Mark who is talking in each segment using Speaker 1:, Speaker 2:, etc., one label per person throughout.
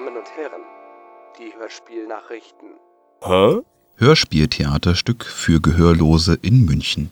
Speaker 1: Damen und Herren, die Hörspielnachrichten.
Speaker 2: Hörspieltheaterstück für Gehörlose in München.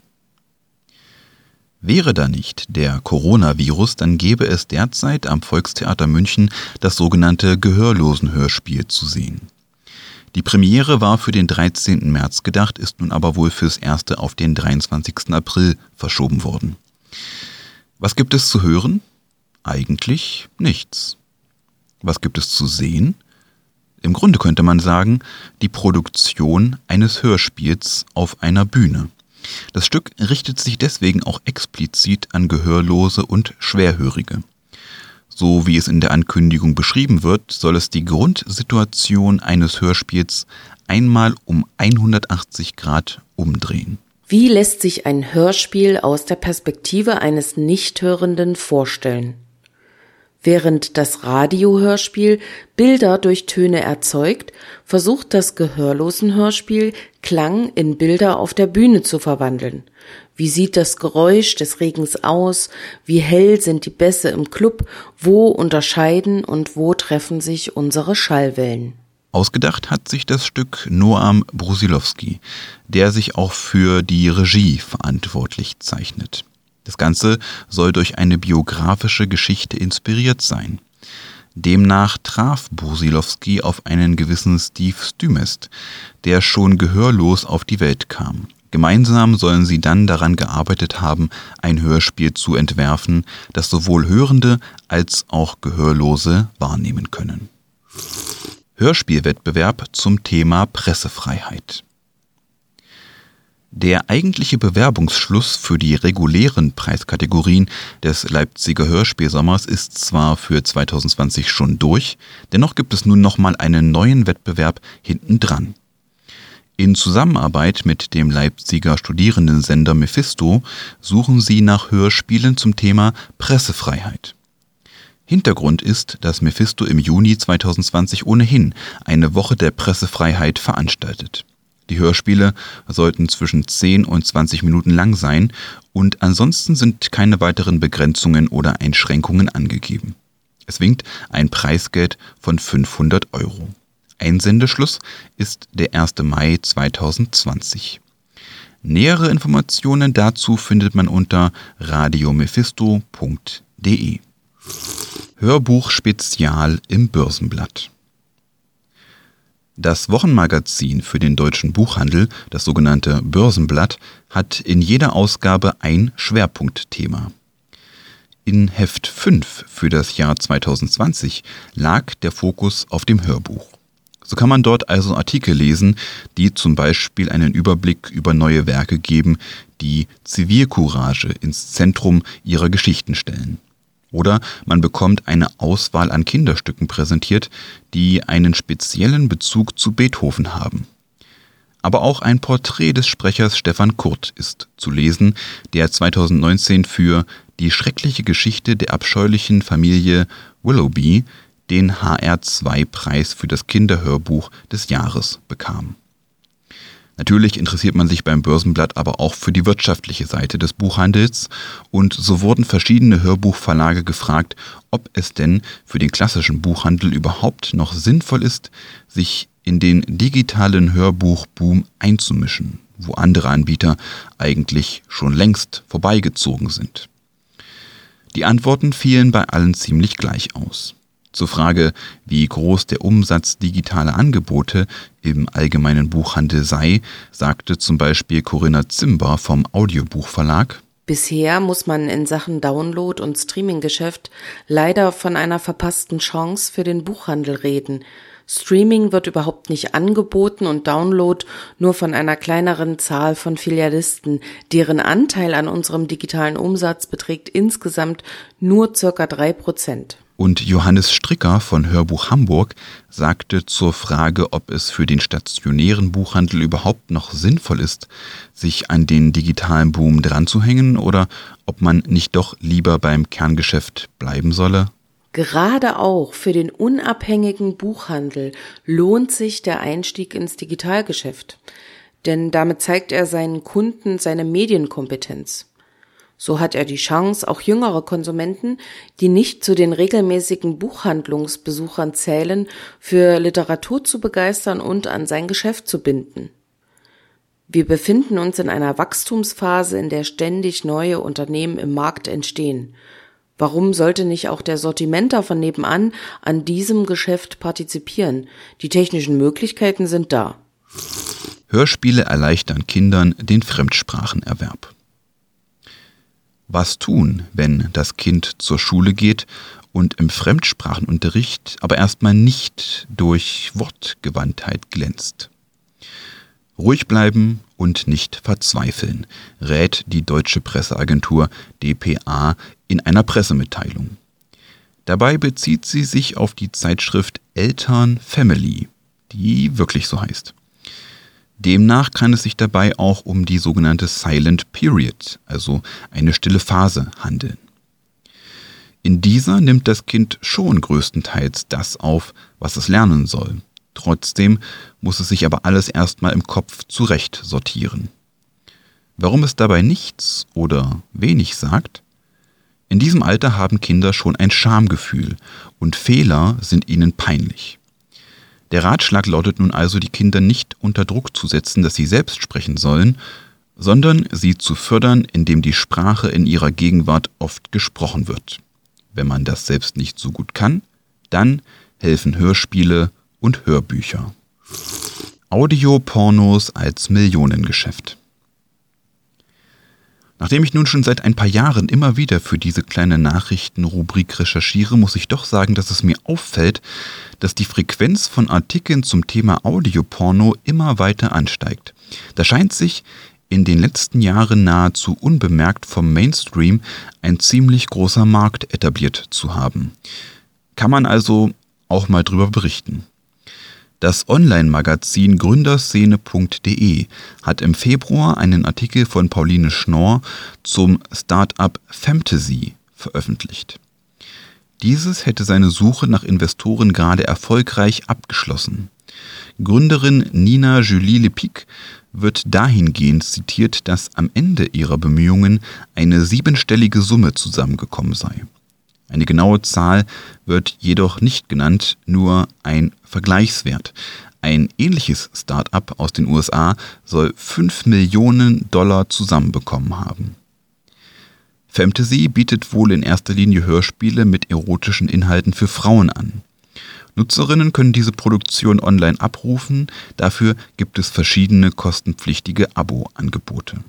Speaker 2: Wäre da nicht der Coronavirus, dann gäbe es derzeit am Volkstheater München das sogenannte Gehörlosenhörspiel zu sehen. Die Premiere war für den 13. März gedacht, ist nun aber wohl fürs Erste auf den 23. April verschoben worden. Was gibt es zu hören? Eigentlich nichts. Was gibt es zu sehen? Im Grunde könnte man sagen, die Produktion eines Hörspiels auf einer Bühne. Das Stück richtet sich deswegen auch explizit an Gehörlose und Schwerhörige. So wie es in der Ankündigung beschrieben wird, soll es die Grundsituation eines Hörspiels einmal um 180 Grad umdrehen.
Speaker 3: Wie lässt sich ein Hörspiel aus der Perspektive eines Nichthörenden vorstellen? Während das Radiohörspiel Bilder durch Töne erzeugt, versucht das Gehörlosenhörspiel Klang in Bilder auf der Bühne zu verwandeln. Wie sieht das Geräusch des Regens aus? Wie hell sind die Bässe im Club? Wo unterscheiden und wo treffen sich unsere Schallwellen?
Speaker 2: Ausgedacht hat sich das Stück Noam Brusilowski, der sich auch für die Regie verantwortlich zeichnet. Das Ganze soll durch eine biografische Geschichte inspiriert sein. Demnach traf Brusilowski auf einen gewissen Steve Stümest, der schon gehörlos auf die Welt kam. Gemeinsam sollen sie dann daran gearbeitet haben, ein Hörspiel zu entwerfen, das sowohl Hörende als auch Gehörlose wahrnehmen können. Hörspielwettbewerb zum Thema Pressefreiheit. Der eigentliche Bewerbungsschluss für die regulären Preiskategorien des Leipziger Hörspielsommers ist zwar für 2020 schon durch, dennoch gibt es nun nochmal einen neuen Wettbewerb hintendran. In Zusammenarbeit mit dem Leipziger Studierendensender Mephisto suchen sie nach Hörspielen zum Thema Pressefreiheit. Hintergrund ist, dass Mephisto im Juni 2020 ohnehin eine Woche der Pressefreiheit veranstaltet. Die Hörspiele sollten zwischen 10 und 20 Minuten lang sein und ansonsten sind keine weiteren Begrenzungen oder Einschränkungen angegeben. Es winkt ein Preisgeld von 500 €. Einsendeschluss ist der 1. Mai 2020. Nähere Informationen dazu findet man unter radiomephisto.de. Hörbuch Spezial im Börsenblatt. Das Wochenmagazin für den deutschen Buchhandel, das sogenannte Börsenblatt, hat in jeder Ausgabe ein Schwerpunktthema. In Heft 5 für das Jahr 2020 lag der Fokus auf dem Hörbuch. So kann man dort also Artikel lesen, die zum Beispiel einen Überblick über neue Werke geben, die Zivilcourage ins Zentrum ihrer Geschichten stellen. Oder man bekommt eine Auswahl an Kinderstücken präsentiert, die einen speziellen Bezug zu Beethoven haben. Aber auch ein Porträt des Sprechers Stefan Kurt ist zu lesen, der 2019 für Die schreckliche Geschichte der abscheulichen Familie Willoughby den HR2-Preis für das Kinderhörbuch des Jahres bekam. Natürlich interessiert man sich beim Börsenblatt aber auch für die wirtschaftliche Seite des Buchhandels und so wurden verschiedene Hörbuchverlage gefragt, ob es denn für den klassischen Buchhandel überhaupt noch sinnvoll ist, sich in den digitalen Hörbuchboom einzumischen, wo andere Anbieter eigentlich schon längst vorbeigezogen sind. Die Antworten fielen bei allen ziemlich gleich aus. Zur Frage, wie groß der Umsatz digitaler Angebote im allgemeinen Buchhandel sei, sagte zum Beispiel Corinna Zimber vom Audiobuchverlag:
Speaker 3: Bisher muss man in Sachen Download- und Streaminggeschäft leider von einer verpassten Chance für den Buchhandel reden. Streaming wird überhaupt nicht angeboten und Download nur von einer kleineren Zahl von Filialisten. Deren Anteil an unserem digitalen Umsatz beträgt insgesamt nur ca. 3%.
Speaker 2: Und Johannes Stricker von Hörbuch Hamburg sagte zur Frage, ob es für den stationären Buchhandel überhaupt noch sinnvoll ist, sich an den digitalen Boom dranzuhängen oder ob man nicht doch lieber beim Kerngeschäft bleiben solle.
Speaker 3: Gerade auch für den unabhängigen Buchhandel lohnt sich der Einstieg ins Digitalgeschäft, denn damit zeigt er seinen Kunden seine Medienkompetenz. So hat er die Chance, auch jüngere Konsumenten, die nicht zu den regelmäßigen Buchhandlungsbesuchern zählen, für Literatur zu begeistern und an sein Geschäft zu binden. Wir befinden uns in einer Wachstumsphase, in der ständig neue Unternehmen im Markt entstehen. Warum sollte nicht auch der Sortimenter von nebenan an diesem Geschäft partizipieren? Die technischen Möglichkeiten sind da.
Speaker 2: Hörspiele erleichtern Kindern den Fremdsprachenerwerb. Was tun, wenn das Kind zur Schule geht und im Fremdsprachenunterricht aber erstmal nicht durch Wortgewandtheit glänzt? Ruhig bleiben und nicht verzweifeln, rät die deutsche Presseagentur dpa in einer Pressemitteilung. Dabei bezieht sie sich auf die Zeitschrift Eltern Family, die wirklich so heißt. Demnach kann es sich dabei auch um die sogenannte Silent Period, also eine stille Phase, handeln. In dieser nimmt das Kind schon größtenteils das auf, was es lernen soll. Trotzdem muss es sich aber alles erstmal im Kopf zurecht sortieren. Warum es dabei nichts oder wenig sagt? In diesem Alter haben Kinder schon ein Schamgefühl und Fehler sind ihnen peinlich. Der Ratschlag lautet nun also, die Kinder nicht unter Druck zu setzen, dass sie selbst sprechen sollen, sondern sie zu fördern, indem die Sprache in ihrer Gegenwart oft gesprochen wird. Wenn man das selbst nicht so gut kann, dann helfen Hörspiele und Hörbücher. Audiopornos als Millionengeschäft. Nachdem ich nun schon seit ein paar Jahren immer wieder für diese kleine Nachrichtenrubrik recherchiere, muss ich doch sagen, dass es mir auffällt, dass die Frequenz von Artikeln zum Thema Audioporno immer weiter ansteigt. Da scheint sich in den letzten Jahren nahezu unbemerkt vom Mainstream ein ziemlich großer Markt etabliert zu haben. Kann man also auch mal drüber berichten. Das Online-Magazin gründerszene.de hat im Februar einen Artikel von Pauline Schnorr zum Start-up Fantasy veröffentlicht. Dieses hätte seine Suche nach Investoren gerade erfolgreich abgeschlossen. Gründerin Nina Julie Lepic wird dahingehend zitiert, dass am Ende ihrer Bemühungen eine 7-stellige Summe zusammengekommen sei. Eine genaue Zahl wird jedoch nicht genannt, nur ein Vergleichswert. Ein ähnliches Start-up aus den USA soll $5 Millionen zusammenbekommen haben. Fantasy bietet wohl in erster Linie Hörspiele mit erotischen Inhalten für Frauen an. Nutzerinnen können diese Produktion online abrufen, dafür gibt es verschiedene kostenpflichtige Abo-Angebote.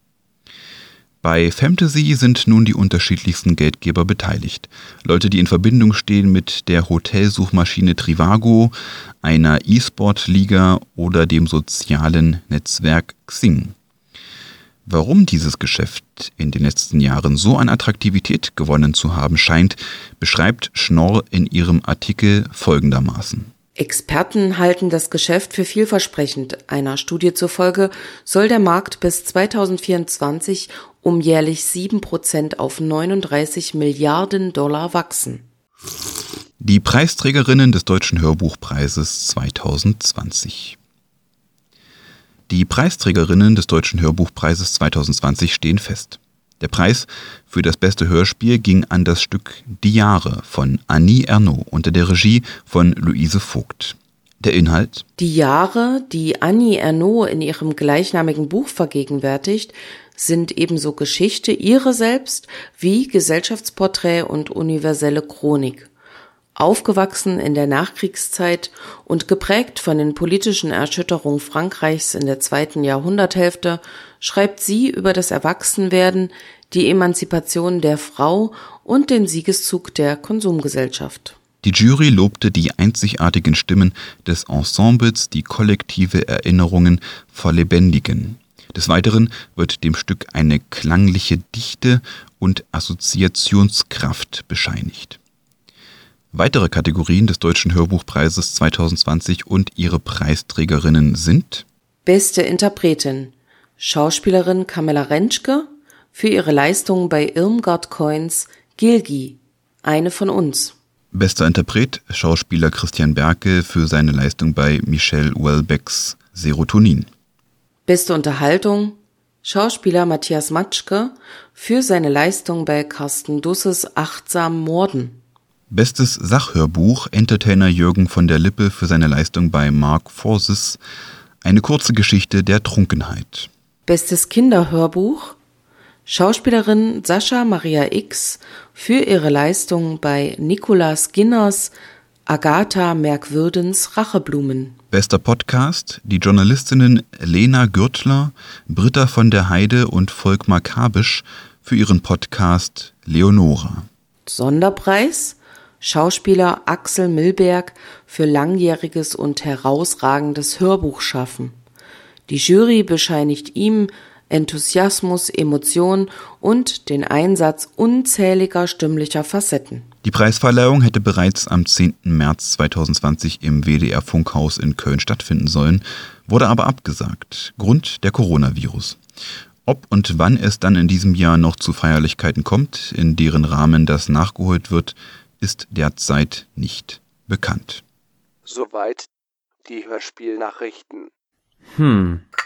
Speaker 2: Bei Fantasy sind nun die unterschiedlichsten Geldgeber beteiligt. Leute, die in Verbindung stehen mit der Hotelsuchmaschine Trivago, einer E-Sport-Liga oder dem sozialen Netzwerk Xing. Warum dieses Geschäft in den letzten Jahren so an Attraktivität gewonnen zu haben scheint, beschreibt Schnorr in ihrem Artikel folgendermaßen.
Speaker 3: Experten halten das Geschäft für vielversprechend. Einer Studie zufolge soll der Markt bis 2024 um jährlich 7% auf $39 Milliarden wachsen.
Speaker 2: Die Preisträgerinnen des Deutschen Hörbuchpreises 2020. Die Preisträgerinnen des Deutschen Hörbuchpreises 2020 stehen fest. Der Preis für das beste Hörspiel ging an das Stück Die Jahre von Annie Ernaux unter der Regie von Luise Vogt. Der Inhalt?
Speaker 3: Die Jahre, die Annie Ernaux in ihrem gleichnamigen Buch vergegenwärtigt, sind ebenso Geschichte ihrer selbst wie Gesellschaftsporträt und universelle Chronik. Aufgewachsen in der Nachkriegszeit und geprägt von den politischen Erschütterungen Frankreichs in der 2. Jahrhunderthälfte, schreibt sie über das Erwachsenwerden, die Emanzipation der Frau und den Siegeszug der Konsumgesellschaft.
Speaker 2: Die Jury lobte die einzigartigen Stimmen des Ensembles, die kollektive Erinnerungen verlebendigen. Des Weiteren wird dem Stück eine klangliche Dichte und Assoziationskraft bescheinigt. Weitere Kategorien des Deutschen Hörbuchpreises 2020 und ihre Preisträgerinnen sind:
Speaker 3: Beste Interpretin Schauspielerin Kamella Rentschke für ihre Leistung bei Irmgard Coins Gilgi, eine von uns.
Speaker 2: Bester Interpret Schauspieler Christian Berkel für seine Leistung bei Michel Houellebecqs Serotonin.
Speaker 3: Beste Unterhaltung Schauspieler Matthias Matschke für seine Leistung bei Carsten Dusses Achtsam Morden.
Speaker 2: Bestes Sachhörbuch Entertainer Jürgen von der Lippe für seine Leistung bei Mark Forsyth, eine kurze Geschichte der Trunkenheit.
Speaker 3: Bestes Kinderhörbuch Schauspielerin Sascha Maria X für ihre Leistung bei Nicolas Ginners Agatha Merkwürdens Racheblumen.
Speaker 2: Bester Podcast, die Journalistinnen Lena Gürtler, Britta von der Heide und Volkmar Kabisch für ihren Podcast Leonora.
Speaker 3: Sonderpreis Schauspieler Axel Milberg für langjähriges und herausragendes Hörbuchschaffen. Die Jury bescheinigt ihm Enthusiasmus, Emotion und den Einsatz unzähliger stimmlicher Facetten.
Speaker 2: Die Preisverleihung hätte bereits am 10. März 2020 im WDR-Funkhaus in Köln stattfinden sollen, wurde aber abgesagt, Grund der Coronavirus. Ob und wann es dann in diesem Jahr noch zu Feierlichkeiten kommt, in deren Rahmen das nachgeholt wird, ist derzeit nicht bekannt.
Speaker 1: Soweit die Hörspielnachrichten.